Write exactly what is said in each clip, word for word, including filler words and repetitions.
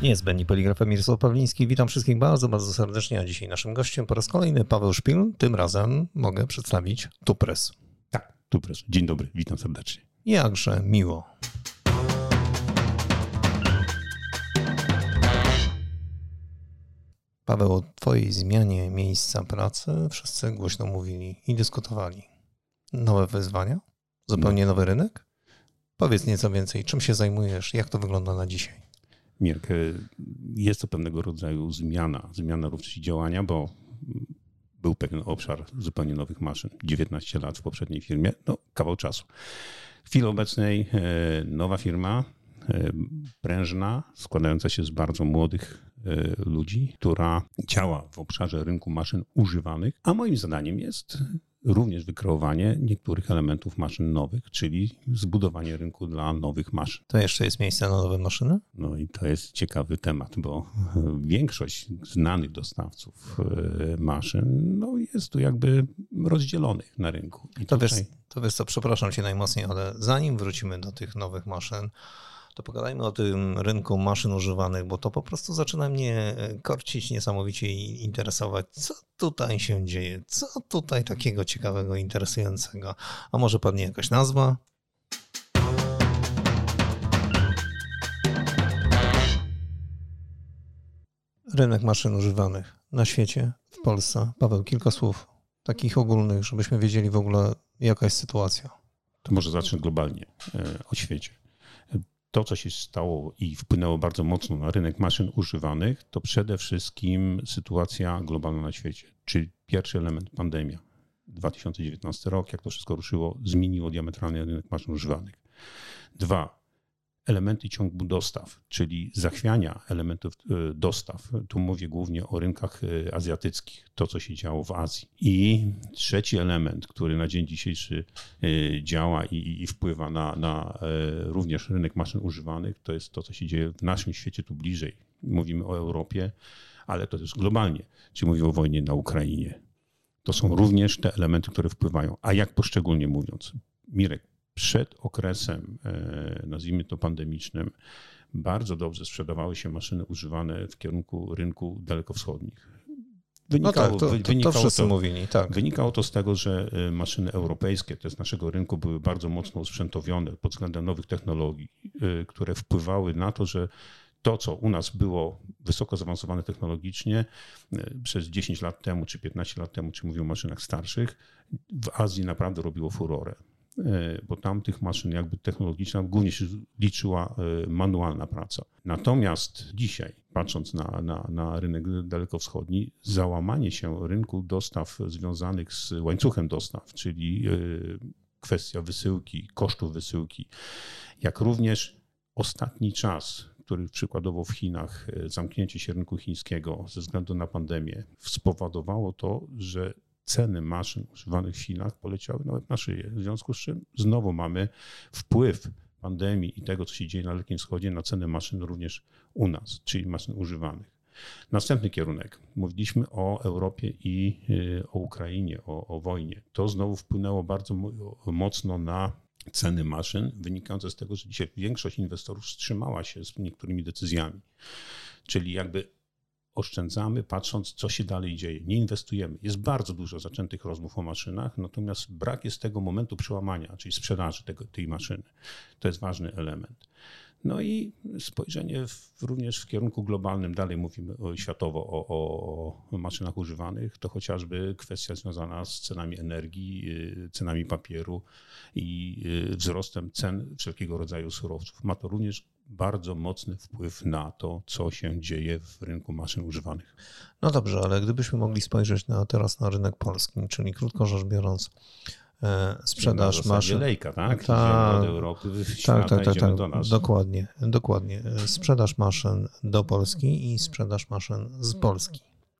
Niezbędni poligraf Mirosław Pawliński. Witam wszystkich bardzo, bardzo serdecznie. A dzisiaj naszym gościem po raz kolejny Paweł Szpil. Tym razem mogę przedstawić Tupres. Tak, Tupres. Dzień dobry, witam serdecznie. Jakże miło. Paweł, o twojej zmianie miejsca pracy wszyscy głośno mówili i dyskutowali. Nowe wyzwania? Zupełnie no. nowy rynek? Powiedz nieco więcej, czym się zajmujesz, jak to wygląda na dzisiaj? Mirek, jest to pewnego rodzaju zmiana, zmiana również działania, bo był pewien obszar zupełnie nowych maszyn, dziewiętnaście lat w poprzedniej firmie, no kawał czasu. W chwili obecnej nowa firma, prężna, składająca się z bardzo młodych ludzi, która działa w obszarze rynku maszyn używanych, a moim zadaniem jest również wykreowanie niektórych elementów maszyn nowych, czyli zbudowanie rynku dla nowych maszyn. To jeszcze jest miejsce na nowe maszyny? No i to jest ciekawy temat, bo większość znanych dostawców maszyn no jest tu jakby rozdzielonych na rynku. I to, tutaj... wiesz, to wiesz co, przepraszam cię najmocniej, ale zanim wrócimy do tych nowych maszyn, to pogadajmy o tym rynku maszyn używanych, bo to po prostu zaczyna mnie korcić niesamowicie i interesować, co tutaj się dzieje, co tutaj takiego ciekawego, interesującego. A może padnie jakaś nazwa? Rynek maszyn używanych na świecie, w Polsce. Paweł, kilka słów takich ogólnych, żebyśmy wiedzieli w ogóle, jaka jest sytuacja. To może zacznę globalnie o świecie. To, co się stało i wpłynęło bardzo mocno na rynek maszyn używanych, to przede wszystkim sytuacja globalna na świecie, czyli pierwszy element pandemia. dwa tysiące dziewiętnasty rok, jak to wszystko ruszyło, zmieniło diametralnie rynek maszyn używanych. Dwa, elementy ciągu dostaw, czyli zachwiania elementów dostaw. Tu mówię głównie o rynkach azjatyckich, to co się działo w Azji. I trzeci element, który na dzień dzisiejszy działa i, i wpływa na, na również rynek maszyn używanych, to jest to, co się dzieje w naszym świecie tu bliżej. Mówimy o Europie, ale to też globalnie, czyli mówię o wojnie na Ukrainie. To są również te elementy, które wpływają. A jak poszczególnie mówiąc? Mirek, przed okresem, nazwijmy to pandemicznym, bardzo dobrze sprzedawały się maszyny używane w kierunku rynku dalekowschodnich. Wynikało, no tak, to, to, wynikało, to wszyscy to, mówili, tak. Wynikało to z tego, że maszyny europejskie, to z naszego rynku, były bardzo mocno usprzętowione pod względem nowych technologii, które wpływały na to, że to, co u nas było wysoko zaawansowane technologicznie przez dziesięć lat temu, czy piętnaście lat temu, czy mówię o maszynach starszych, w Azji naprawdę robiło furorę. Bo tam tych maszyn jakby technologicznych głównie się liczyła manualna praca. Natomiast dzisiaj, patrząc na, na, na rynek dalekowschodni, załamanie się rynku dostaw związanych z łańcuchem dostaw, czyli kwestia wysyłki, kosztów wysyłki, jak również ostatni czas, który przykładowo w Chinach, zamknięcie się rynku chińskiego ze względu na pandemię, spowodowało to, że ceny maszyn używanych w Chinach poleciały nawet na szyję. W związku z czym znowu mamy wpływ pandemii i tego, co się dzieje na Dalekim Wschodzie, na ceny maszyn również u nas, czyli maszyn używanych. Następny kierunek. Mówiliśmy o Europie i o Ukrainie, o, o wojnie. To znowu wpłynęło bardzo mocno na ceny maszyn, wynikające z tego, że dzisiaj większość inwestorów wstrzymała się z niektórymi decyzjami. Czyli jakby oszczędzamy, patrząc, co się dalej dzieje. Nie inwestujemy. Jest bardzo dużo zaczętych rozmów o maszynach, natomiast brak jest tego momentu przełamania, czyli sprzedaży tego, tej maszyny. To jest ważny element. No i spojrzenie w, również w kierunku globalnym, dalej mówimy o, światowo o, o, o maszynach używanych, to chociażby kwestia związana z cenami energii, cenami papieru i wzrostem cen wszelkiego rodzaju surowców. Ma to również bardzo mocny wpływ na to, co się dzieje w rynku maszyn używanych. No dobrze, ale gdybyśmy mogli spojrzeć na, teraz na rynek polski, czyli krótko rzecz biorąc, e, sprzedaż maszyn. Lejka, tak? Ta, od Europy, tak, tak, tak, tak. do nas. Dokładnie, dokładnie. Sprzedaż maszyn do Polski i sprzedaż maszyn z Polski.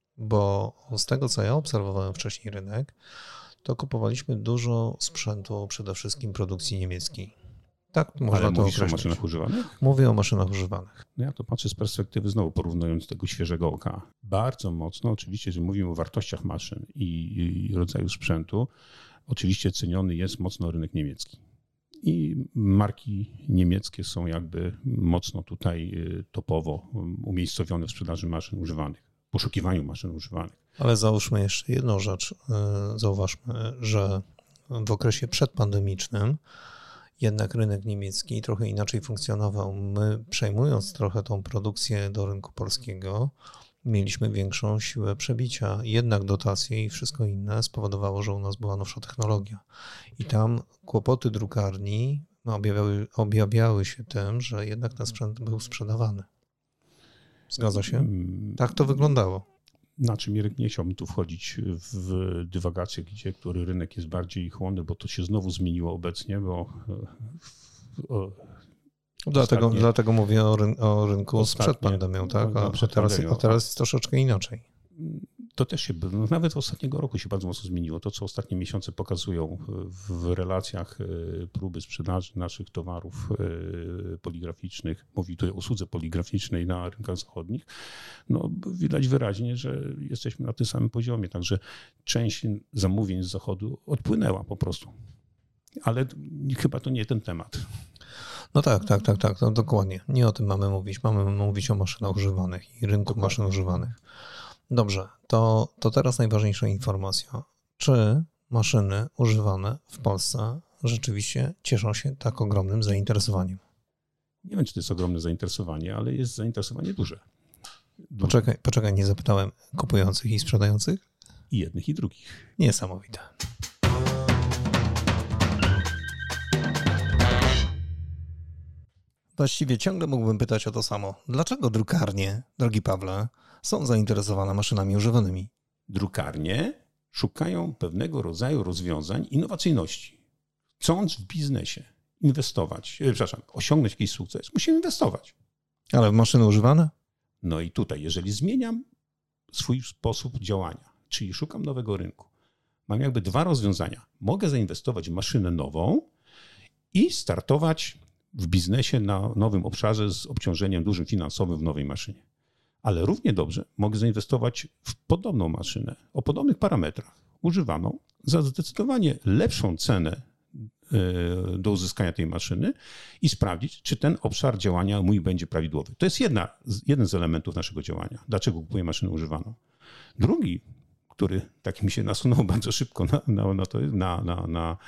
Bo z tego, co ja obserwowałem wcześniej rynek, to kupowaliśmy dużo sprzętu przede wszystkim produkcji niemieckiej. Tak, można Ale to mówisz określić. o maszynach używanych? Mówię o maszynach używanych. No ja to patrzę z perspektywy, znowu porównując tego świeżego oka. Bardzo mocno, oczywiście, że mówimy o wartościach maszyn i, i rodzaju sprzętu, oczywiście ceniony jest mocno rynek niemiecki. I marki niemieckie są jakby mocno tutaj topowo umiejscowione w sprzedaży maszyn używanych, poszukiwaniu maszyn używanych. Ale załóżmy jeszcze jedną rzecz. Zauważmy, że w okresie przedpandemicznym jednak rynek niemiecki trochę inaczej funkcjonował. My, przejmując trochę tą produkcję do rynku polskiego, mieliśmy większą siłę przebicia. Jednak dotacje i wszystko inne spowodowało, że u nas była nowsza technologia. I tam kłopoty drukarni objawiały, objawiały się tym, że jednak ten sprzęt był sprzedawany. Zgadza się? Tak to wyglądało. Znaczy, Mirek, nie chciałbym tu wchodzić w dywagację, gdzie który rynek jest bardziej chłonny, bo to się znowu zmieniło obecnie, bo o, dlatego, ostatnie, dlatego mówię o, ryn, o rynku ostatnie, sprzed pandemią, tak? A, przed teraz, pandemią, a teraz jest troszeczkę inaczej. To też się, no nawet ostatniego roku się bardzo mocno zmieniło. To, co ostatnie miesiące pokazują w relacjach próby sprzedaży naszych towarów poligraficznych, mówię tutaj o usłudze poligraficznej na rynkach zachodnich, no widać wyraźnie, że jesteśmy na tym samym poziomie. Także część zamówień z zachodu odpłynęła po prostu. Ale chyba to nie ten temat. No tak, tak, tak, tak, no dokładnie. Nie o tym mamy mówić. Mamy mówić o maszynach używanych i rynku dokładnie. Maszyn używanych. Dobrze, to, to teraz najważniejsza informacja. Czy maszyny używane w Polsce rzeczywiście cieszą się tak ogromnym zainteresowaniem? Nie wiem, czy to jest ogromne zainteresowanie, ale jest zainteresowanie duże. duże. Poczekaj, poczekaj, nie zapytałem kupujących i sprzedających? I jednych, i drugich. Niesamowite. Właściwie ciągle mógłbym pytać o to samo. Dlaczego drukarnie, drogi Pawle, są zainteresowane maszynami używanymi? Drukarnie szukają pewnego rodzaju rozwiązań innowacyjności. Chcąc w biznesie inwestować, e, przepraszam, osiągnąć jakiś sukces, musimy inwestować. Ale w maszyny używane? No i tutaj, jeżeli zmieniam swój sposób działania, czyli szukam nowego rynku, mam jakby dwa rozwiązania. Mogę zainwestować w maszynę nową i startować w biznesie na nowym obszarze z obciążeniem dużym finansowym w nowej maszynie. Ale równie dobrze mogę zainwestować w podobną maszynę o podobnych parametrach, używaną za zdecydowanie lepszą cenę do uzyskania tej maszyny i sprawdzić, czy ten obszar działania mój będzie prawidłowy. To jest jedna, jeden z elementów naszego działania. Dlaczego kupuję maszynę używaną? Drugi, który tak mi się nasunął bardzo szybko na, na, na to, na, na, na,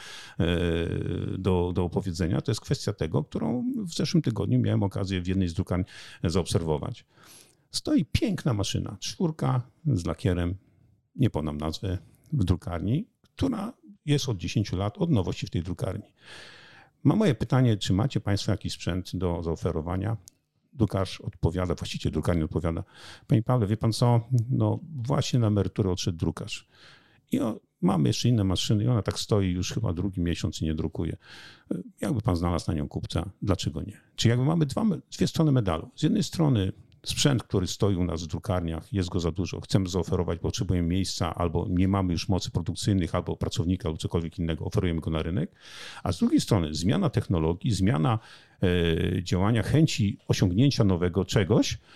do, do opowiedzenia, to jest kwestia tego, którą w zeszłym tygodniu miałem okazję w jednej z drukarni zaobserwować. Stoi piękna maszyna, czwórka z lakierem, nie podam nazwy, w drukarni, która jest od dziesięciu lat, od nowości w tej drukarni. Mam moje pytanie, czy macie Państwo jakiś sprzęt do zaoferowania? Drukarz odpowiada, właściciel drukarni odpowiada: Panie Pawle, wie Pan co, no właśnie na emeryturę odszedł drukarz. I o, mamy jeszcze inne maszyny i ona tak stoi już chyba drugi miesiąc i nie drukuje. Jakby Pan znalazł na nią kupca, dlaczego nie? Czyli jakby mamy dwa, dwie strony medalu. Z jednej strony sprzęt, który stoi u nas w drukarniach, jest go za dużo, chcemy zaoferować, potrzebujemy miejsca, albo nie mamy już mocy produkcyjnych, albo pracownika, albo cokolwiek innego, oferujemy go na rynek. A z drugiej strony zmiana technologii, zmiana e, działania, chęci osiągnięcia nowego czegoś e,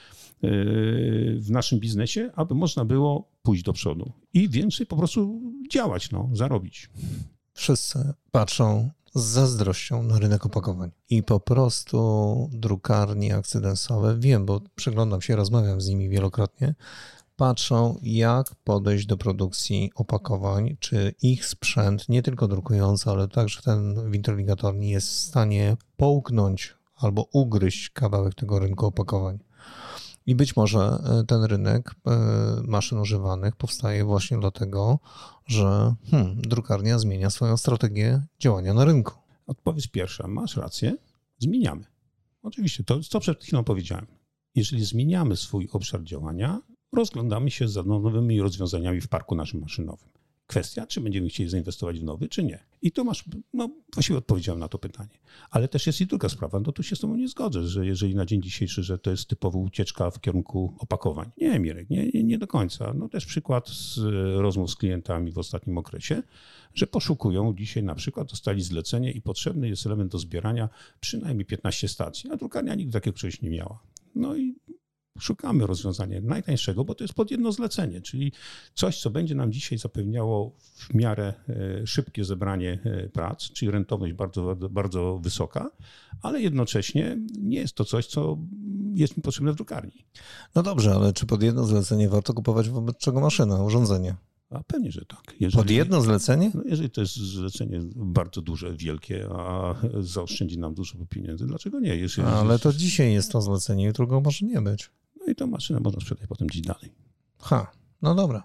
w naszym biznesie, aby można było pójść do przodu i więcej po prostu działać, no, zarobić. Wszyscy patrzą z zazdrością na rynek opakowań. I po prostu drukarnie akcydensowe, wiem, bo przyglądam się, rozmawiam z nimi wielokrotnie, patrzą, jak podejść do produkcji opakowań, czy ich sprzęt, nie tylko drukujący, ale także ten w interligatorni, jest w stanie połknąć albo ugryźć kawałek tego rynku opakowań. I być może ten rynek maszyn używanych powstaje właśnie dlatego, że hmm, drukarnia zmienia swoją strategię działania na rynku. Odpowiedź pierwsza. Masz rację, zmieniamy. Oczywiście, to co przed chwilą powiedziałem. Jeżeli zmieniamy swój obszar działania, rozglądamy się za nowymi rozwiązaniami w parku naszym maszynowym. Kwestia, czy będziemy chcieli zainwestować w nowy, czy nie. I tu masz, no właściwie odpowiedziałem na to pytanie. Ale też jest i druga sprawa, no tu się z tobą nie zgodzę, że jeżeli na dzień dzisiejszy, że to jest typowa ucieczka w kierunku opakowań. Nie, Mirek, nie, nie do końca. No też przykład z rozmów z klientami w ostatnim okresie, że poszukują dzisiaj na przykład, dostali zlecenie i potrzebny jest element do zbierania przynajmniej piętnaście stacji, a drukarnia nigdy takiego czegoś nie miała. No i szukamy rozwiązania najtańszego, bo to jest pod jedno zlecenie, czyli coś, co będzie nam dzisiaj zapewniało w miarę szybkie zebranie prac, czyli rentowność bardzo, bardzo wysoka, ale jednocześnie nie jest to coś, co jest mi potrzebne w drukarni. No dobrze, ale czy pod jedno zlecenie warto kupować wobec czego maszynę, urządzenie? A pewnie, że tak. Jeżeli, pod jedno zlecenie? No jeżeli to jest zlecenie bardzo duże, wielkie, a zaoszczędzi nam dużo pieniędzy, dlaczego nie? Jeżeli, ale to dzisiaj jest to zlecenie, jutro go może nie być. No i tą maszynę można sprzedać potem gdzieś dalej. Ha, no dobra.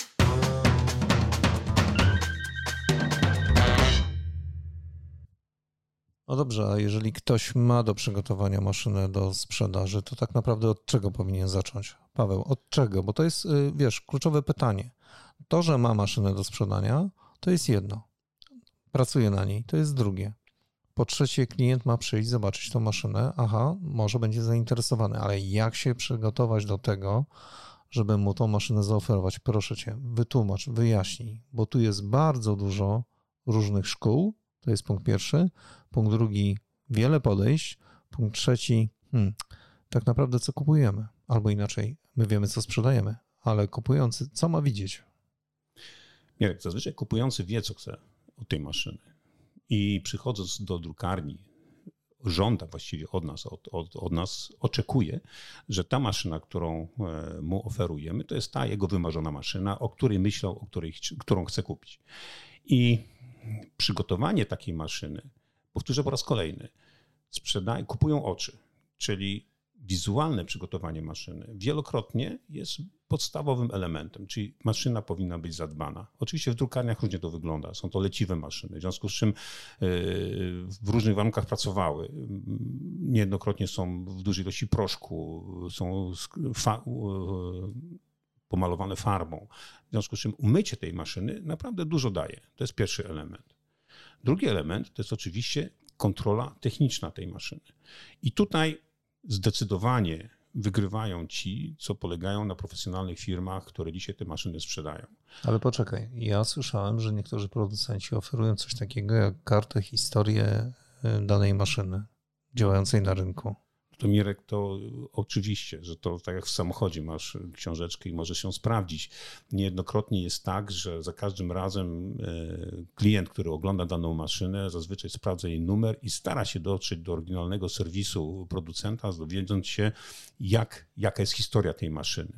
No dobrze, a jeżeli ktoś ma do przygotowania maszynę do sprzedaży, to tak naprawdę od czego powinien zacząć? Paweł, od czego? Bo to jest, wiesz, kluczowe pytanie. To, że ma maszynę do sprzedania, to jest jedno. Pracuje na niej, to jest drugie. Po trzecie, klient ma przyjść, zobaczyć tą maszynę. Aha, może będzie zainteresowany, ale jak się przygotować do tego, żeby mu tą maszynę zaoferować? Proszę cię, wytłumacz, wyjaśnij, bo tu jest bardzo dużo różnych szkół. To jest punkt pierwszy. Punkt drugi, wiele podejść. Punkt trzeci, hmm, tak naprawdę co kupujemy? Albo inaczej, my wiemy co sprzedajemy, ale kupujący co ma widzieć? Mirek, zazwyczaj kupujący wie co chce od tej maszyny i przychodząc do drukarni żąda właściwie od nas, od, od, od nas oczekuje, że ta maszyna, którą mu oferujemy, to jest ta jego wymarzona maszyna, o której myślał, o której, którą chce kupić. I przygotowanie takiej maszyny, powtórzę po raz kolejny, sprzedają, kupują oczy, czyli wizualne przygotowanie maszyny wielokrotnie jest podstawowym elementem, czyli maszyna powinna być zadbana. Oczywiście w drukarniach różnie to wygląda, są to leciwe maszyny, w związku z czym w różnych warunkach pracowały. Niejednokrotnie są w dużej ilości proszku, są fa- pomalowane farbą. W związku z czym umycie tej maszyny naprawdę dużo daje. To jest pierwszy element. Drugi element to jest oczywiście kontrola techniczna tej maszyny. I tutaj zdecydowanie wygrywają ci, co polegają na profesjonalnych firmach, które dzisiaj te maszyny sprzedają. Ale poczekaj, ja słyszałem, że niektórzy producenci oferują coś takiego jak kartę, historię danej maszyny działającej na rynku. To Mirek, to oczywiście, że to tak jak w samochodzie masz książeczkę i możesz ją sprawdzić. Niejednokrotnie jest tak, że za każdym razem klient, który ogląda daną maszynę, zazwyczaj sprawdza jej numer i stara się dotrzeć do oryginalnego serwisu producenta, dowiedząc się, jak, jaka jest historia tej maszyny.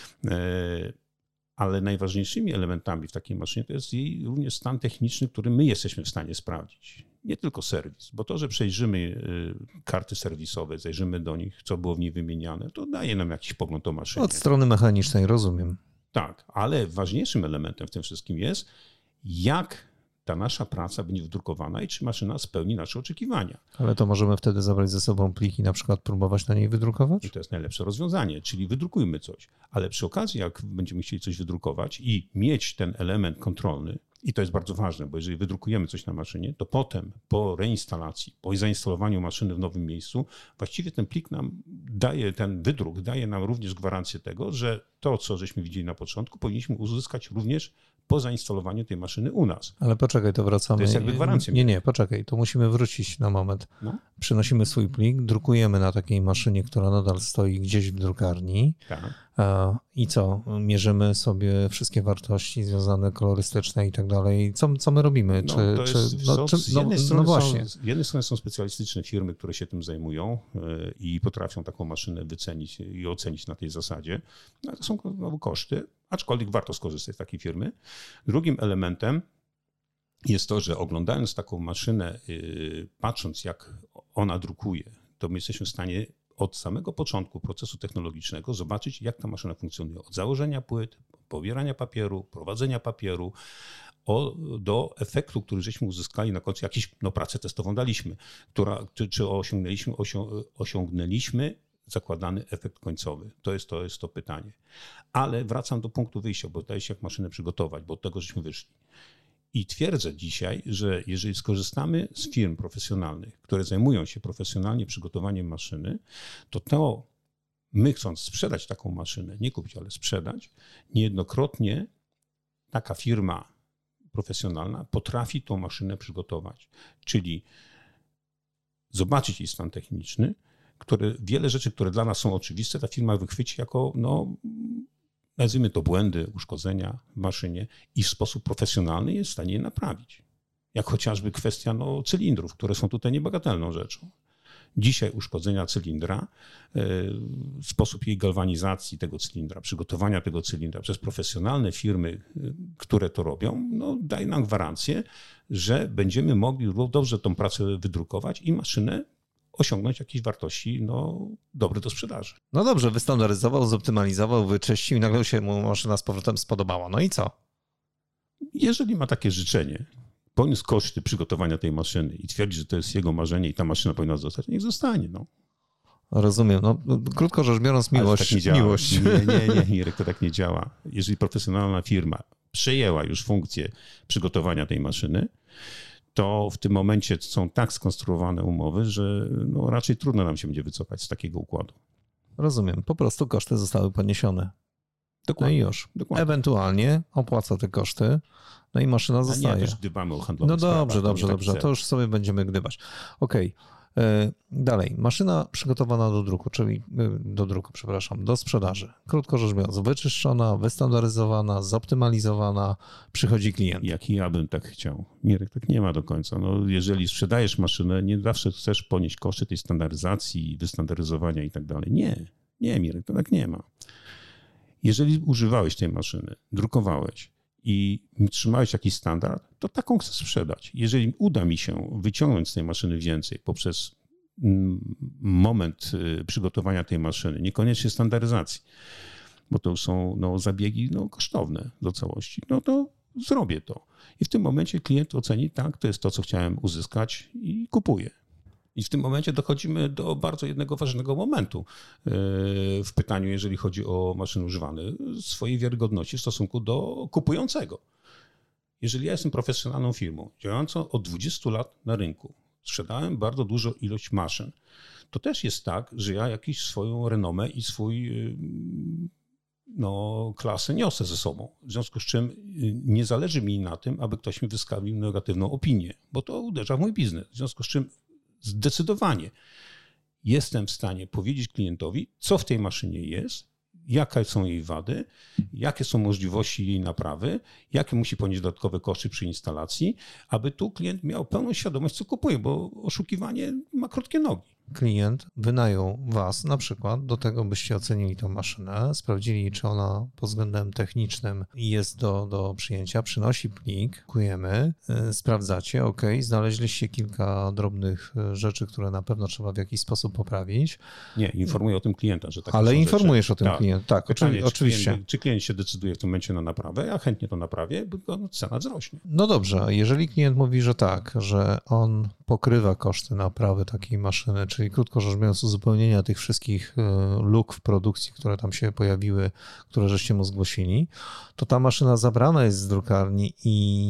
Ale najważniejszymi elementami w takiej maszynie to jest jej również stan techniczny, który my jesteśmy w stanie sprawdzić. Nie tylko serwis, bo to, że przejrzymy karty serwisowe, zajrzymy do nich, co było w niej wymieniane, to daje nam jakiś pogląd o maszynie. Od strony mechanicznej, rozumiem. Tak, ale ważniejszym elementem w tym wszystkim jest, jak ta nasza praca będzie wdrukowana i czy maszyna spełni nasze oczekiwania. Ale to możemy wtedy zabrać ze sobą pliki, na przykład próbować na niej wydrukować? I to jest najlepsze rozwiązanie, czyli wydrukujmy coś. Ale przy okazji, jak będziemy chcieli coś wydrukować i mieć ten element kontrolny, i to jest bardzo ważne, bo jeżeli wydrukujemy coś na maszynie, to potem po reinstalacji, po zainstalowaniu maszyny w nowym miejscu, właściwie ten plik nam daje, ten wydruk daje nam również gwarancję tego, że to, co żeśmy widzieli na początku, powinniśmy uzyskać również po zainstalowaniu tej maszyny u nas. Ale poczekaj, to wracamy. To jest jakby gwarancja. Nie, nie, poczekaj, to musimy wrócić na moment. No. Przynosimy swój plik, drukujemy na takiej maszynie, która nadal stoi gdzieś w drukarni. Tak. I co? Mierzymy sobie wszystkie wartości związane kolorystyczne i tak dalej. Co, co my robimy? No, czy, to czy, jest, no, są, czy, z no, jednej no strony właśnie. Są, z jednej strony są specjalistyczne firmy, które się tym zajmują i potrafią taką maszynę wycenić i ocenić na tej zasadzie. No, to są znowu koszty, aczkolwiek warto skorzystać z takiej firmy. Drugim elementem jest to, że oglądając taką maszynę, patrząc jak ona drukuje, to my jesteśmy w stanie od samego początku procesu technologicznego zobaczyć, jak ta maszyna funkcjonuje. Od założenia płyt, pobierania papieru, prowadzenia papieru, o, do efektu, który żeśmy uzyskali na końcu, jakąś no, pracę testową daliśmy, która, czy, czy osiągnęliśmy, osią, osiągnęliśmy zakładany efekt końcowy. To jest, to jest to pytanie. Ale wracam do punktu wyjścia, bo daje się jak maszynę przygotować, bo od tego żeśmy wyszli. I twierdzę dzisiaj, że jeżeli skorzystamy z firm profesjonalnych, które zajmują się profesjonalnie przygotowaniem maszyny, to to my chcąc sprzedać taką maszynę, nie kupić, ale sprzedać, niejednokrotnie taka firma profesjonalna potrafi tą maszynę przygotować. Czyli zobaczyć jej stan techniczny, które, wiele rzeczy, które dla nas są oczywiste, ta firma wychwyci jako, no, nazwijmy to błędy, uszkodzenia w maszynie i w sposób profesjonalny jest w stanie je naprawić. Jak chociażby kwestia no, cylindrów, które są tutaj niebagatelną rzeczą. Dzisiaj uszkodzenia cylindra, sposób jej galwanizacji tego cylindra, przygotowania tego cylindra przez profesjonalne firmy, które to robią, no, daje nam gwarancję, że będziemy mogli dobrze tą pracę wydrukować i maszynę osiągnąć jakieś wartości no, dobre do sprzedaży. No dobrze, wystandaryzował, zoptymalizował, wyczyścił i nagle się mu maszyna z powrotem spodobała. No i co? Jeżeli ma takie życzenie, poniósł koszty przygotowania tej maszyny i twierdzi, że to jest jego marzenie i ta maszyna powinna zostać, niech zostanie. No. Rozumiem. No, krótko rzecz biorąc, miłość. Tak nie działa. miłość. Nie, nie, nie, Mirek, to tak nie działa. Jeżeli profesjonalna firma przejęła już funkcję przygotowania tej maszyny, to w tym momencie są tak skonstruowane umowy, że no, raczej trudno nam się będzie wycofać z takiego układu. Rozumiem. Po prostu koszty zostały poniesione. Dokładnie. No i już. Dokładnie. Ewentualnie opłaca te koszty, no i maszyna zostaje. A nie, też dbamy o handlowych No dobrze, sprawach, dobrze, dobrze. To już sobie będziemy gdybać. Okej. Okay. Dalej. Maszyna przygotowana do druku, czyli do druku, przepraszam, do sprzedaży. Krótko rzecz biorąc, wyczyszczona, wystandaryzowana, zoptymalizowana, przychodzi klient. Jaki ja bym tak chciał. Mirek, tak nie ma do końca. No, jeżeli sprzedajesz maszynę, nie zawsze chcesz ponieść koszty tej standaryzacji, wystandaryzowania i tak dalej. Nie, nie, Mirek, to tak nie ma. Jeżeli używałeś tej maszyny, drukowałeś i trzymałeś jakiś standard, to taką chcę sprzedać. Jeżeli uda mi się wyciągnąć z tej maszyny więcej poprzez moment przygotowania tej maszyny, niekoniecznie standaryzacji, bo to są no, zabiegi no, kosztowne do całości, no to zrobię to. I w tym momencie klient oceni, tak, to jest to, co chciałem uzyskać i kupuję. I w tym momencie dochodzimy do bardzo jednego ważnego momentu w pytaniu, jeżeli chodzi o maszyny używane, swojej wiarygodności w stosunku do kupującego. Jeżeli ja jestem profesjonalną firmą, działającą od dwudziestu lat na rynku, sprzedałem bardzo dużą ilość maszyn, to też jest tak, że ja jakąś swoją renomę i swój no, klasę niosę ze sobą. W związku z czym nie zależy mi na tym, aby ktoś mi wystawił negatywną opinię, bo to uderza w mój biznes. W związku z czym zdecydowanie jestem w stanie powiedzieć klientowi, co w tej maszynie jest, jakie są jej wady, jakie są możliwości jej naprawy, jakie musi ponieść dodatkowe koszty przy instalacji, aby tu klient miał pełną świadomość, co kupuje, bo oszukiwanie ma krótkie nogi. Klient wynajął was na przykład do tego, byście ocenili tę maszynę, sprawdzili, czy ona pod względem technicznym jest do, do przyjęcia, przynosi plik, kupujemy, yy, sprawdzacie, ok, znaleźliście kilka drobnych rzeczy, które na pewno trzeba w jakiś sposób poprawić. Nie, informuję o tym klienta, że tak. Ale informujesz rzeczy. o tym tak. klienta, tak, Pytanie, czy oczywiście. Klient, czy klient się decyduje w tym momencie na naprawę? Ja chętnie to naprawię, bo cena wzrośnie. No dobrze, jeżeli klient mówi, że tak, że on pokrywa koszty naprawy takiej maszyny, czyli krótko rzecz biorąc uzupełnienia tych wszystkich luk w produkcji, które tam się pojawiły, które żeście mu zgłosili, to ta maszyna zabrana jest z drukarni i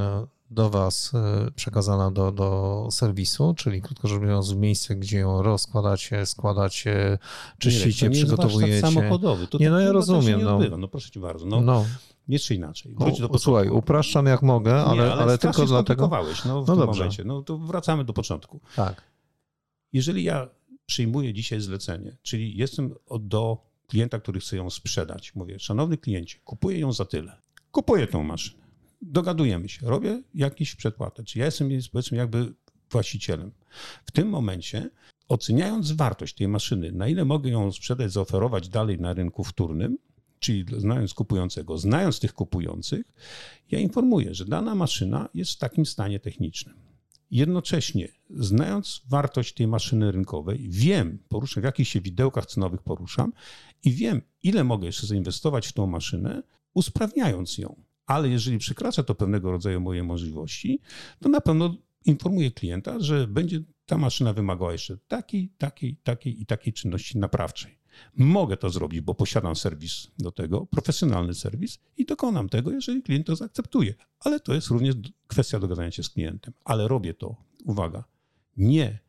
do was przekazana do, do serwisu, czyli krótko rzecz biorąc w miejsce, gdzie ją rozkładacie, składacie, czyścicie, nie, to nie przygotowujecie. jest samochodowy. To nie, no ja tak rozumiem. nie No. odbywa. No proszę cię bardzo. No. no. Jeszcze inaczej. Wróć do Słuchaj, upraszczam jak mogę, ale, nie, ale, ale tylko dlatego... No, w no tym dobrze. momencie. No to wracamy do początku. Tak. Jeżeli ja przyjmuję dzisiaj zlecenie, czyli jestem do klienta, który chce ją sprzedać, mówię, szanowny kliencie, kupuję ją za tyle. Kupuję tą maszynę. Dogadujemy się, robię jakąś przedpłatę. Czy ja jestem, powiedzmy, jakby właścicielem. W tym momencie, oceniając wartość tej maszyny, na ile mogę ją sprzedać, zaoferować dalej na rynku wtórnym, czyli znając kupującego, znając tych kupujących, ja informuję, że dana maszyna jest w takim stanie technicznym. Jednocześnie, znając wartość tej maszyny rynkowej, wiem, poruszam, w jakich się widełkach cenowych poruszam i wiem, ile mogę jeszcze zainwestować w tą maszynę, usprawniając ją. Ale jeżeli przekracza to pewnego rodzaju moje możliwości, to na pewno informuję klienta, że będzie ta maszyna wymagała jeszcze takiej, takiej, takiej i takiej czynności naprawczej. Mogę to zrobić, bo posiadam serwis do tego, profesjonalny serwis i dokonam tego, jeżeli klient to zaakceptuje. Ale to jest również kwestia dogadania się z klientem. Ale robię to, uwaga, nie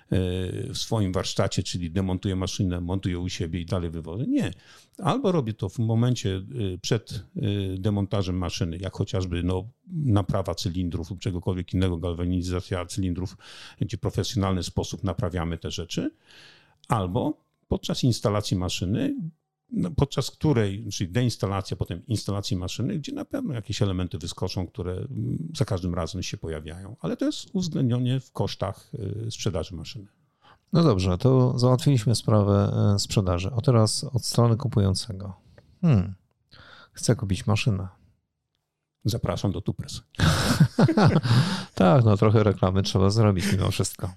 w swoim warsztacie, czyli demontuję maszynę, montuję u siebie i dalej wywożę. Nie. Albo robię to w momencie przed demontażem maszyny, jak chociażby no, naprawa cylindrów lub czegokolwiek innego, galwanizacja cylindrów, gdzie w profesjonalny sposób naprawiamy te rzeczy. albo podczas instalacji maszyny, no, podczas której, czyli deinstalacja, potem instalacji maszyny, gdzie na pewno jakieś elementy wyskoczą, które za każdym razem się pojawiają, ale to jest uwzględnione w kosztach sprzedaży maszyny. No dobrze, to załatwiliśmy sprawę sprzedaży. A teraz od strony kupującego. Hmm, chcę kupić maszynę. Zapraszam do Tupres. Tak, no trochę reklamy trzeba zrobić mimo wszystko.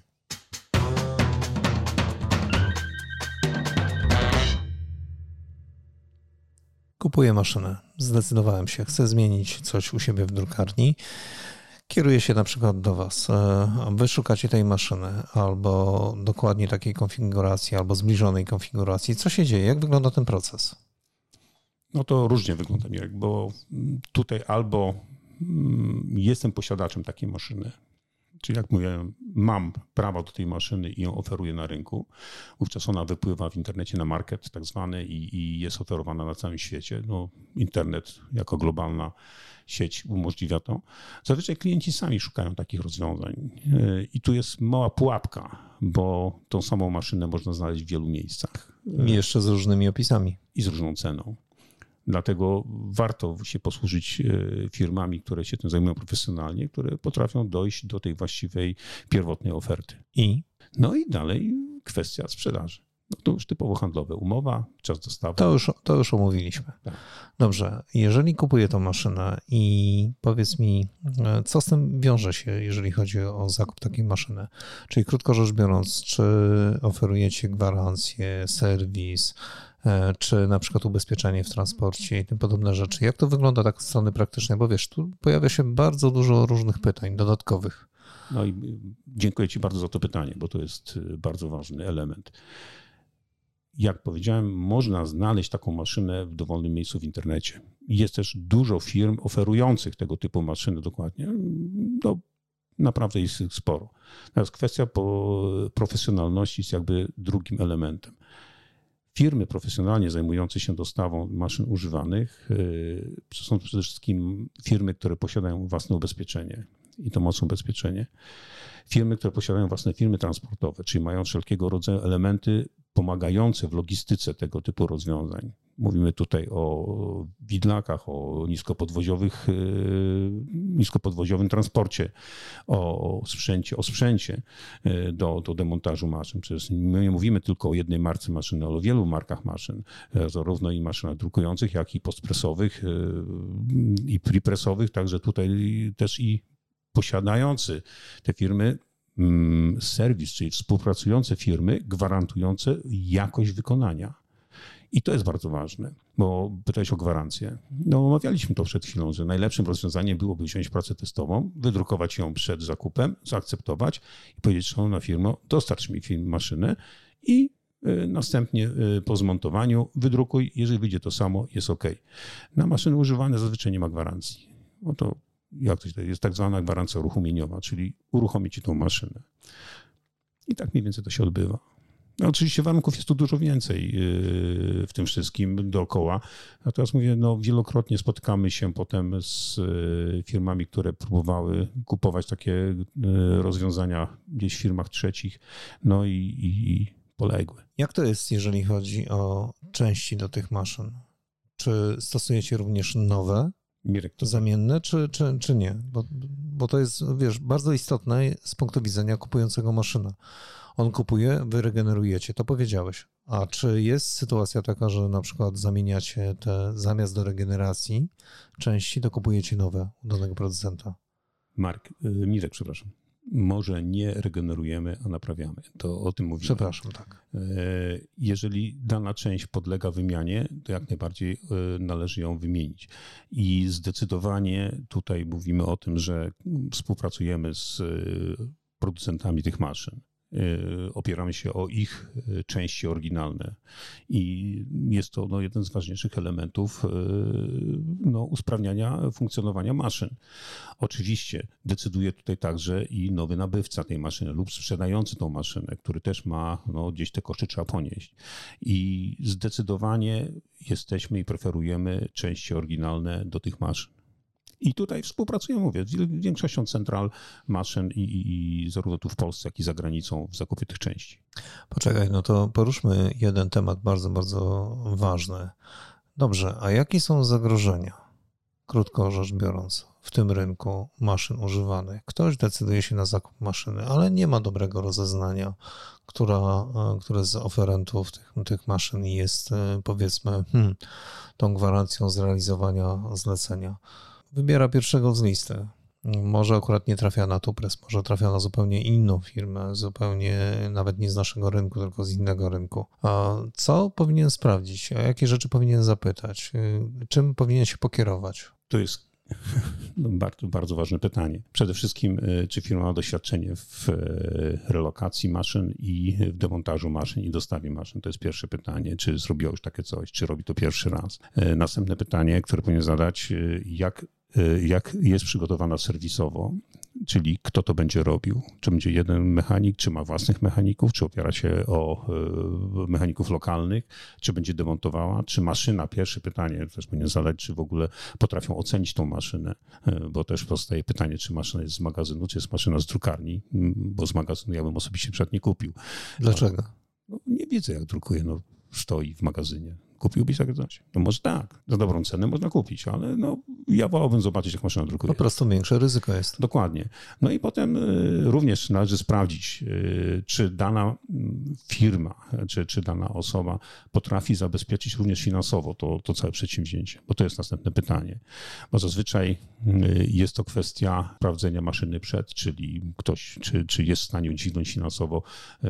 Kupuję maszynę. Zdecydowałem się. Chcę zmienić coś u siebie w drukarni. Kieruję się na przykład do Was. Wy szukacie tej maszyny albo dokładnie takiej konfiguracji, albo zbliżonej konfiguracji. Co się dzieje? Jak wygląda ten proces? No to różnie wygląda, Mirek, bo tutaj albo jestem posiadaczem takiej maszyny, czyli jak mówię, mam prawo do tej maszyny i ją oferuję na rynku. Wówczas ona wypływa w internecie na market tak zwany i, i jest oferowana na całym świecie. No, internet jako globalna sieć umożliwia to. Zazwyczaj klienci sami szukają takich rozwiązań. I tu jest mała pułapka, bo tą samą maszynę można znaleźć w wielu miejscach. I jeszcze z różnymi opisami. I z różną ceną. Dlatego warto się posłużyć firmami, które się tym zajmują profesjonalnie, które potrafią dojść do tej właściwej, pierwotnej oferty. I? No i dalej kwestia sprzedaży. No to już typowo handlowe. Umowa, czas dostawy. To już, to już omówiliśmy. Tak. Dobrze, jeżeli kupuję tą maszynę i powiedz mi, co z tym wiąże się, jeżeli chodzi o zakup takiej maszyny? Czyli krótko rzecz biorąc, czy oferujecie gwarancję, serwis, czy na przykład ubezpieczenie w transporcie i tym podobne rzeczy. Jak to wygląda tak od strony praktycznej? Bo wiesz, tu pojawia się bardzo dużo różnych pytań dodatkowych. No i dziękuję Ci bardzo za to pytanie, bo to jest bardzo ważny element. Jak powiedziałem, można znaleźć taką maszynę w dowolnym miejscu w internecie. Jest też dużo firm oferujących tego typu maszyny dokładnie. No, naprawdę jest ich sporo. Teraz kwestia profesjonalności jest jakby drugim elementem. Firmy profesjonalnie zajmujące się dostawą maszyn używanych są przede wszystkim firmy, które posiadają własne ubezpieczenie i to mocne ubezpieczenie. Firmy, które posiadają własne firmy transportowe, czyli mają wszelkiego rodzaju elementy pomagające w logistyce tego typu rozwiązań. Mówimy tutaj o widlakach, o niskopodwoziowych, niskopodwoziowym transporcie, o sprzęcie, o sprzęcie do, do demontażu maszyn. Przecież my nie mówimy tylko o jednej marce maszyny, ale o wielu markach maszyn, zarówno i maszynach drukujących, jak i postpresowych i prepresowych, także tutaj też i posiadający te firmy serwis, czyli współpracujące firmy gwarantujące jakość wykonania. I to jest bardzo ważne, bo pytałeś o gwarancję. No omawialiśmy to przed chwilą, że najlepszym rozwiązaniem byłoby wziąć pracę testową, wydrukować ją przed zakupem, zaakceptować i powiedzieć, szanowna firmo, dostarcz mi film maszynę i następnie po zmontowaniu wydrukuj, jeżeli wyjdzie to samo, jest OK. Na maszyny używane zazwyczaj nie ma gwarancji. No to jak to jest tak zwana gwarancja uruchomieniowa, czyli uruchomić ci tą maszynę. I tak mniej więcej to się odbywa. No oczywiście warunków jest tu dużo więcej w tym wszystkim dookoła. Natomiast mówię, no wielokrotnie spotykamy się potem z firmami, które próbowały kupować takie rozwiązania gdzieś w firmach trzecich, no i, i, i poległy. Jak to jest, jeżeli chodzi o części do tych maszyn? Czy stosujecie również nowe? Mirek, to zamienne, czy, czy, czy nie? Bo, bo to jest, wiesz, bardzo istotne z punktu widzenia kupującego maszynę. On kupuje, wy regenerujecie, to powiedziałeś. A czy jest sytuacja taka, że na przykład zamieniacie te, zamiast do regeneracji części, to kupujecie nowe u danego producenta? Mark, Mirek, przepraszam. Może nie regenerujemy, a naprawiamy. To o tym mówimy. Przepraszam, tak. Jeżeli dana część podlega wymianie, to jak najbardziej należy ją wymienić. I zdecydowanie tutaj mówimy o tym, że współpracujemy z producentami tych maszyn. Opieramy się o ich części oryginalne i jest to no, jeden z ważniejszych elementów no, usprawniania funkcjonowania maszyn. Oczywiście decyduje tutaj także i nowy nabywca tej maszyny lub sprzedający tą maszynę, który też ma no, gdzieś te koszty trzeba ponieść. I zdecydowanie jesteśmy i preferujemy części oryginalne do tych maszyn. I tutaj współpracujemy, mówię, z większością central maszyn i, i, i zarówno tu w Polsce, jak i za granicą w zakupie tych części. Poczekaj, no to poruszmy jeden temat bardzo, bardzo ważny. Dobrze, a jakie są zagrożenia, krótko rzecz biorąc, w tym rynku maszyn używanych? Ktoś decyduje się na zakup maszyny, ale nie ma dobrego rozeznania, która, które z oferentów tych, tych maszyn jest, powiedzmy, hmm, tą gwarancją zrealizowania zlecenia. Wybiera pierwszego z listy. Może akurat nie trafia na Tupres, może trafia na zupełnie inną firmę, zupełnie nawet nie z naszego rynku, tylko z innego rynku. A co powinien sprawdzić? A jakie rzeczy powinien zapytać? Czym powinien się pokierować? To jest bardzo, bardzo ważne pytanie. Przede wszystkim, czy firma ma doświadczenie w relokacji maszyn i w demontażu maszyn i dostawie maszyn? To jest pierwsze pytanie. Czy zrobiło już takie coś? Czy robi to pierwszy raz? Następne pytanie, które powinien zadać, jak jak jest przygotowana serwisowo, czyli kto to będzie robił. Czy będzie jeden mechanik, czy ma własnych mechaników, czy opiera się o mechaników lokalnych, czy będzie demontowała, czy maszyna, pierwsze pytanie też powinien zadać, czy w ogóle potrafią ocenić tą maszynę, bo też powstaje pytanie, czy maszyna jest z magazynu, czy jest maszyna z drukarni, bo z magazynu ja bym osobiście przykład nie kupił. Dlaczego? No, nie wiedzę, jak drukuje, no stoi w magazynie. Kupiłbyś takie coś? No może tak, za dobrą cenę można kupić, ale no, ja wolałbym zobaczyć, jak maszyna drukuje. Po prostu większe ryzyko jest. Dokładnie. No i potem również należy sprawdzić, czy dana firma, czy, czy dana osoba potrafi zabezpieczyć również finansowo to, to całe przedsięwzięcie, bo to jest następne pytanie. Bo zazwyczaj jest to kwestia sprawdzenia maszyny przed, czyli ktoś, czy, czy jest w stanie udźwignąć finansowo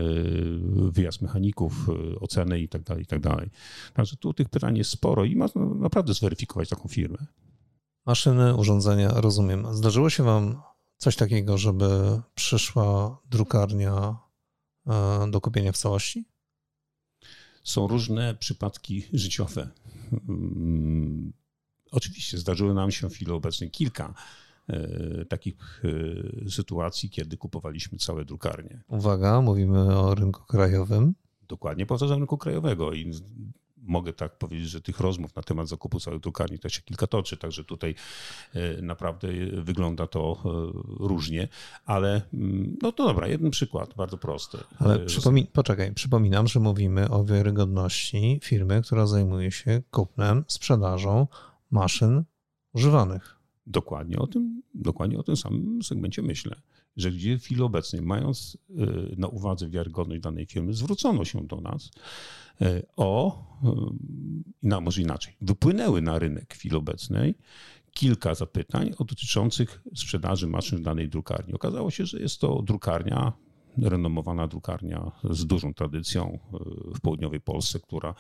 wyjazd mechaników, ocenę i tak dalej, i tak dalej. Także tu tych pytań jest sporo i można naprawdę zweryfikować taką firmę. Maszyny, urządzenia, rozumiem. Zdarzyło się wam coś takiego, żeby przyszła drukarnia do kupienia w całości? Są różne przypadki życiowe. Oczywiście zdarzyło nam się w chwili obecnej kilka takich sytuacji, kiedy kupowaliśmy całe drukarnie. Uwaga, mówimy o rynku krajowym. Dokładnie, powtarzam, rynku krajowego i mogę tak powiedzieć, że tych rozmów na temat zakupu całych drukarni to się kilka toczy, także tutaj naprawdę wygląda to różnie, ale no to dobra, jeden przykład, bardzo prosty. Ale przypomin- poczekaj, przypominam, że mówimy o wiarygodności firmy, która zajmuje się kupnem, sprzedażą maszyn używanych. Dokładnie o tym, dokładnie o tym samym segmencie myślę, że gdzie w chwili obecnej, mając na uwadze wiarygodność danej firmy, zwrócono się do nas o, no może inaczej, wypłynęły na rynek w chwili obecnej kilka zapytań o dotyczących sprzedaży maszyn w danej drukarni. Okazało się, że jest to drukarnia, renomowana drukarnia z dużą tradycją w południowej Polsce, która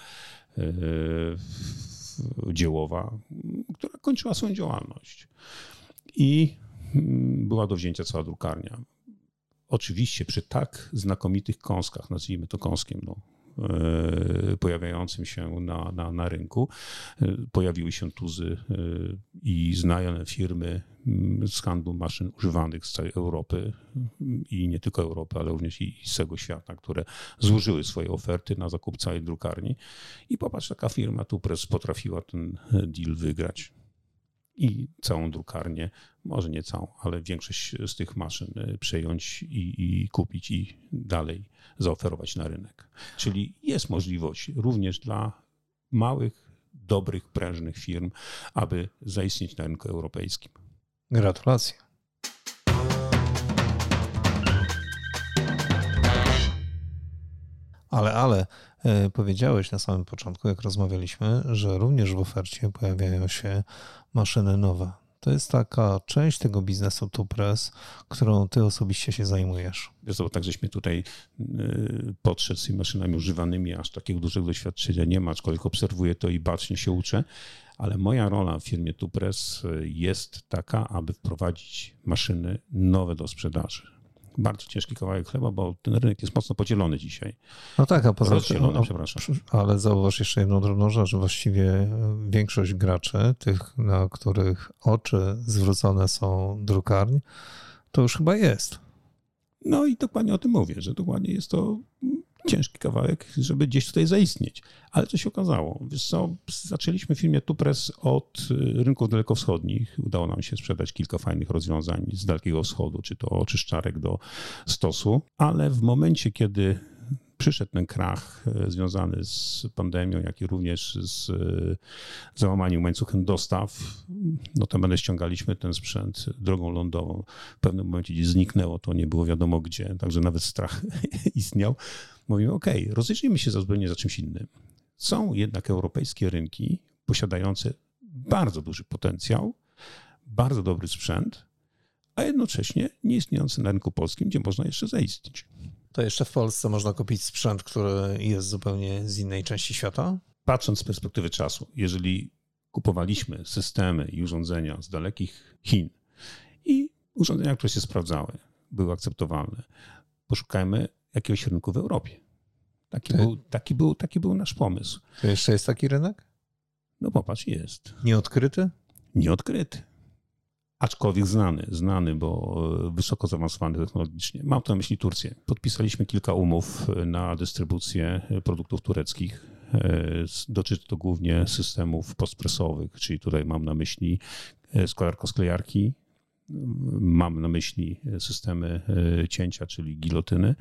dziełowa, która kończyła swoją działalność. I była do wzięcia cała drukarnia. Oczywiście przy tak znakomitych kąskach, nazwijmy to kąskiem, no, pojawiającym się na, na, na rynku, pojawiły się tuzy i znane firmy z handlu maszyn używanych z całej Europy i nie tylko Europy, ale również i z całego świata, które złożyły swoje oferty na zakup całej drukarni. I popatrz, taka firma Tupres potrafiła ten deal wygrać. I całą drukarnię, może nie całą, ale większość z tych maszyn przejąć i, i kupić i dalej zaoferować na rynek. Czyli jest możliwość również dla małych, dobrych, prężnych firm, aby zaistnieć na rynku europejskim. Gratulacje. Ale, ale powiedziałeś na samym początku, jak rozmawialiśmy, że również w ofercie pojawiają się maszyny nowe. To jest taka część tego biznesu Tupres, którą ty osobiście się zajmujesz. Wiesz, bo tak żeśmy tutaj podszedł z tymi maszynami używanymi, aż takiego dużego doświadczenia nie ma, aczkolwiek obserwuję to i bacznie się uczę, ale moja rola w firmie Tupres jest taka, aby wprowadzić maszyny nowe do sprzedaży. Bardzo ciężki kawałek chleba, bo ten rynek jest mocno podzielony dzisiaj. No tak, a poza tym, no, przepraszam. Ale zauważ jeszcze jedną drobną rzecz, że właściwie większość graczy, tych, na których oczy zwrócone są drukarń, to już chyba jest. No i dokładnie o tym mówię, że dokładnie jest to ciężki kawałek, żeby gdzieś tutaj zaistnieć. Ale co się okazało? Wiesz co, zaczęliśmy w firmie Tupres od rynków dalekowschodnich. Udało nam się sprzedać kilka fajnych rozwiązań z Dalekiego Wschodu, czy to oczyszczarek do stosu, ale w momencie, kiedy przyszedł ten krach związany z pandemią, jak i również z załamaniem łańcuchem dostaw, no to będę ściągaliśmy ten sprzęt drogą lądową. W pewnym momencie gdzieś zniknęło, to nie było wiadomo gdzie, także nawet strach istniał. Mówimy, okej, okay, rozejrzyjmy się zupełnie za czymś innym. Są jednak europejskie rynki posiadające bardzo duży potencjał, bardzo dobry sprzęt, a jednocześnie nie istniejący na rynku polskim, gdzie można jeszcze zaistnieć. To jeszcze w Polsce można kupić sprzęt, który jest zupełnie z innej części świata? Patrząc z perspektywy czasu, jeżeli kupowaliśmy systemy i urządzenia z dalekich Chin i urządzenia, które się sprawdzały, były akceptowalne, poszukajmy jakiegoś rynku w Europie. Taki, był, taki, był, taki był nasz pomysł. To jeszcze jest taki rynek? No popatrz, jest. Nieodkryty? Nieodkryty. Aczkolwiek znany, znany, bo wysoko zaawansowany technologicznie. Mam tu na myśli Turcję. Podpisaliśmy kilka umów na dystrybucję produktów tureckich. Dotyczy to głównie systemów postpresowych, czyli tutaj mam na myśli składarko-sklejarki, mam na myśli systemy cięcia, czyli gilotyny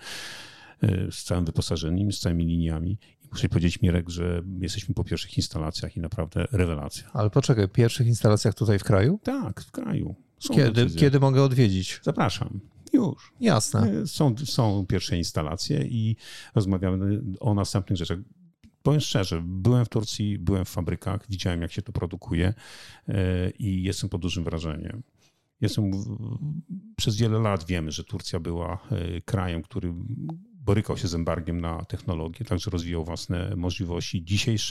z całym wyposażeniem, z całymi liniami. Muszę powiedzieć, Mirek, że jesteśmy po pierwszych instalacjach i naprawdę rewelacja. Ale poczekaj, pierwszych instalacjach tutaj w kraju? Tak, w kraju. Są kiedy, kiedy mogę odwiedzić? Zapraszam. Już. Jasne. Są, są pierwsze instalacje i rozmawiamy o następnych rzeczach. Powiem szczerze, byłem w Turcji, byłem w fabrykach, widziałem jak się to produkuje i jestem pod dużym wrażeniem. Jestem, przez wiele lat wiemy, że Turcja była krajem, który borykał się z embargiem na technologię, także rozwijał własne możliwości. Dzisiejsza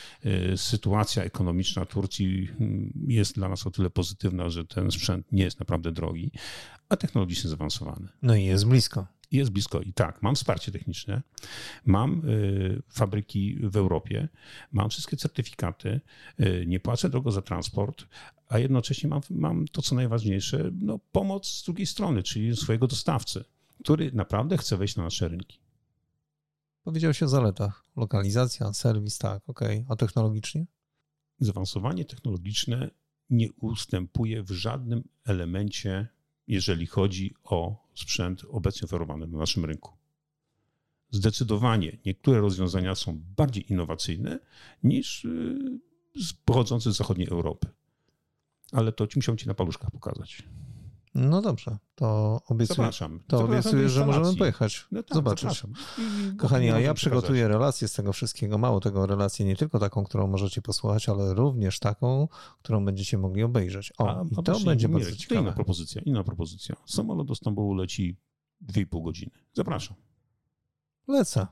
sytuacja ekonomiczna Turcji jest dla nas o tyle pozytywna, że ten sprzęt nie jest naprawdę drogi, a technologicznie zaawansowany. No i jest blisko. Jest blisko i tak, mam wsparcie techniczne, mam y, fabryki w Europie, mam wszystkie certyfikaty, y, nie płacę drogo za transport, a jednocześnie mam, mam to, co najważniejsze, no, pomoc z drugiej strony, czyli swojego dostawcy, który naprawdę chce wejść na nasze rynki. Powiedziałeś o zaletach. Lokalizacja, serwis, tak, okej. Okay. A technologicznie? Zaawansowanie technologiczne nie ustępuje w żadnym elemencie, jeżeli chodzi o sprzęt obecnie oferowany na naszym rynku. Zdecydowanie niektóre rozwiązania są bardziej innowacyjne niż pochodzące z zachodniej Europy. Ale to musiałem ci na paluszkach pokazać. No dobrze, to obiecuję, zapraszam. To zapraszam obiecuję, że możemy pojechać, no tak, zobaczyć. I, Kochani, a ja przygotuję relację z tego wszystkiego. Mało tego, relację nie tylko taką, którą możecie posłuchać, ale również taką, którą będziecie mogli obejrzeć. O, a, i to właśnie, będzie bardzo ciekawe. Inna propozycja, inna propozycja. Samolot do Stambułu leci dwie i pół godziny. Zapraszam. Lecę.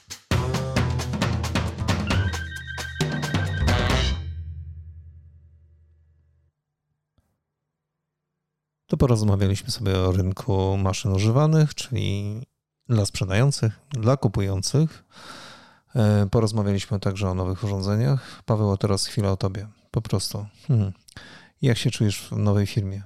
To porozmawialiśmy sobie o rynku maszyn używanych, czyli dla sprzedających, dla kupujących. Porozmawialiśmy także o nowych urządzeniach. Paweł, a teraz chwilę o tobie. Po prostu. Hmm. Jak się czujesz w nowej firmie?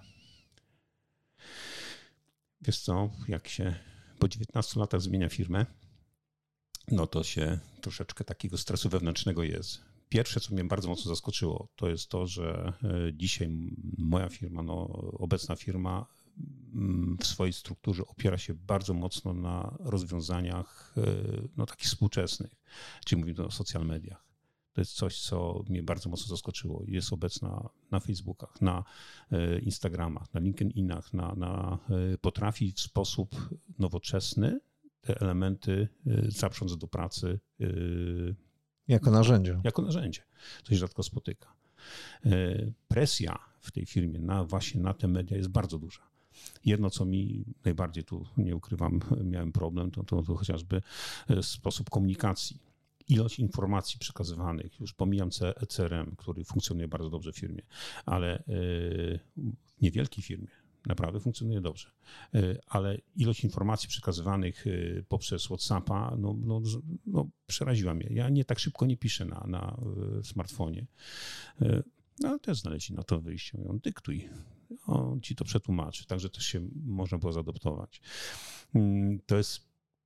Wiesz co, jak się po dziewiętnastu latach zmienia firmę, no to się troszeczkę takiego stresu wewnętrznego jest. Pierwsze, co mnie bardzo mocno zaskoczyło, to jest to, że dzisiaj moja firma, no, obecna firma w swojej strukturze opiera się bardzo mocno na rozwiązaniach no, takich współczesnych, czyli mówimy o social mediach. To jest coś, co mnie bardzo mocno zaskoczyło. Jest obecna na Facebookach, na Instagramach, na LinkedInach, na, na, potrafi w sposób nowoczesny te elementy zaprząc do pracy. Jako narzędzie. Jako narzędzie. To się rzadko spotyka. Presja w tej firmie na właśnie na te media jest bardzo duża. Jedno, co mi najbardziej tu, nie ukrywam, miałem problem, to, to, to chociażby sposób komunikacji. Ilość informacji przekazywanych, już pomijam C R M, który funkcjonuje bardzo dobrze w firmie, ale w niewielkiej firmie naprawdę funkcjonuje dobrze. Ale ilość informacji przekazywanych poprzez WhatsAppa no, no, no, przeraziła mnie. Ja nie tak szybko nie piszę na, na smartfonie. No, ale też znaleźli na to wyjście. Mówią, dyktuj. On ci to przetłumaczy. Także też się można było zaadoptować. To jest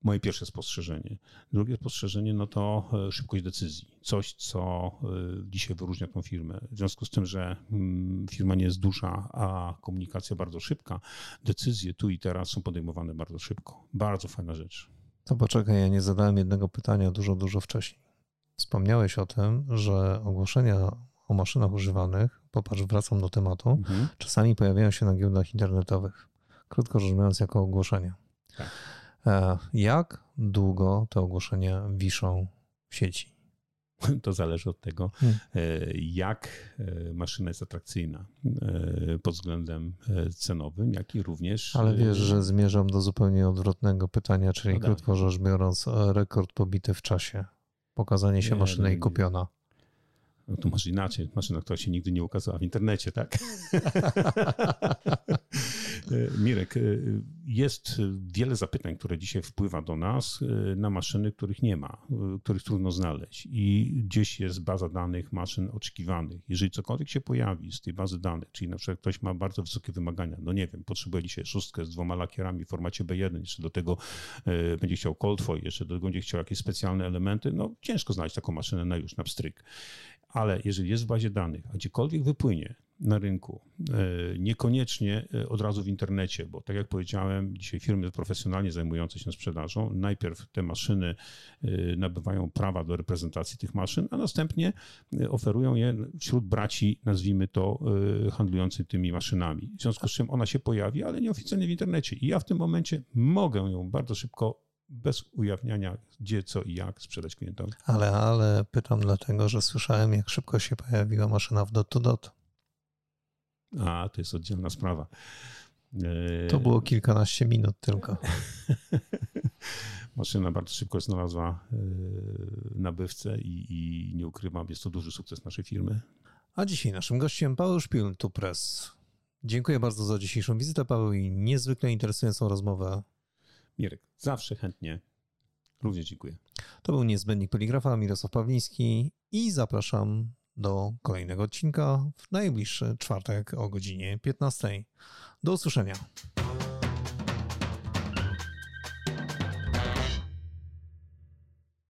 moje pierwsze spostrzeżenie. Drugie spostrzeżenie no to szybkość decyzji. Coś, co dzisiaj wyróżnia tą firmę. W związku z tym, że firma nie jest duża, a komunikacja bardzo szybka, decyzje tu i teraz są podejmowane bardzo szybko. Bardzo fajna rzecz. To poczekaj, ja nie zadałem jednego pytania dużo, dużo wcześniej. Wspomniałeś o tym, że ogłoszenia o maszynach używanych, popatrz, wracam do tematu, mhm. czasami pojawiają się na giełdach internetowych. Krótko rzecz mówiąc, jako ogłoszenia. Tak. Jak długo te ogłoszenia wiszą w sieci? To zależy od tego, hmm. jak maszyna jest atrakcyjna pod względem cenowym, jak i również... Ale wiesz, że zmierzam do zupełnie odwrotnego pytania, czyli no krótko rzecz biorąc, rekord pobity w czasie. Pokazanie się nie, maszyny nie, i kupiona. No to może inaczej. Maszyna, która się nigdy nie ukazała w internecie, tak? Mirek, jest wiele zapytań, które dzisiaj wpływa do nas na maszyny, których nie ma, których trudno znaleźć i gdzieś jest baza danych maszyn oczekiwanych. Jeżeli cokolwiek się pojawi z tej bazy danych, czyli na przykład ktoś ma bardzo wysokie wymagania, no nie wiem, potrzebuje dzisiaj szóstkę z dwoma lakierami w formacie B jeden, jeszcze do tego będzie chciał cold foil, jeszcze do tego będzie chciał jakieś specjalne elementy, no ciężko znaleźć taką maszynę na już, na pstryk. Ale jeżeli jest w bazie danych, a gdziekolwiek wypłynie na rynku, niekoniecznie od razu w internecie, bo tak jak powiedziałem, dzisiaj firmy profesjonalnie zajmujące się sprzedażą, najpierw te maszyny nabywają prawa do reprezentacji tych maszyn, a następnie oferują je wśród braci, nazwijmy to, handlujących tymi maszynami. W związku z czym ona się pojawi, ale nieoficjalnie w internecie. I ja w tym momencie mogę ją bardzo szybko bez ujawniania gdzie, co i jak sprzedać klientowi. Ale, ale pytam dlatego, że słyszałem, jak szybko się pojawiła maszyna w dot to dot. A, to jest oddzielna sprawa. To było kilkanaście minut tylko. Maszyna bardzo szybko znalazła nabywcę i, i nie ukrywam, jest to duży sukces naszej firmy. A dzisiaj naszym gościem Paweł Szpil, tu Press. Dziękuję bardzo za dzisiejszą wizytę, Paweł, i niezwykle interesującą rozmowę. Mirek, zawsze chętnie. Również dziękuję. To był Niezbędnik Poligrafa, Mirosław Pawliński i zapraszam do kolejnego odcinka w najbliższy czwartek o godzinie piętnastej. Do usłyszenia.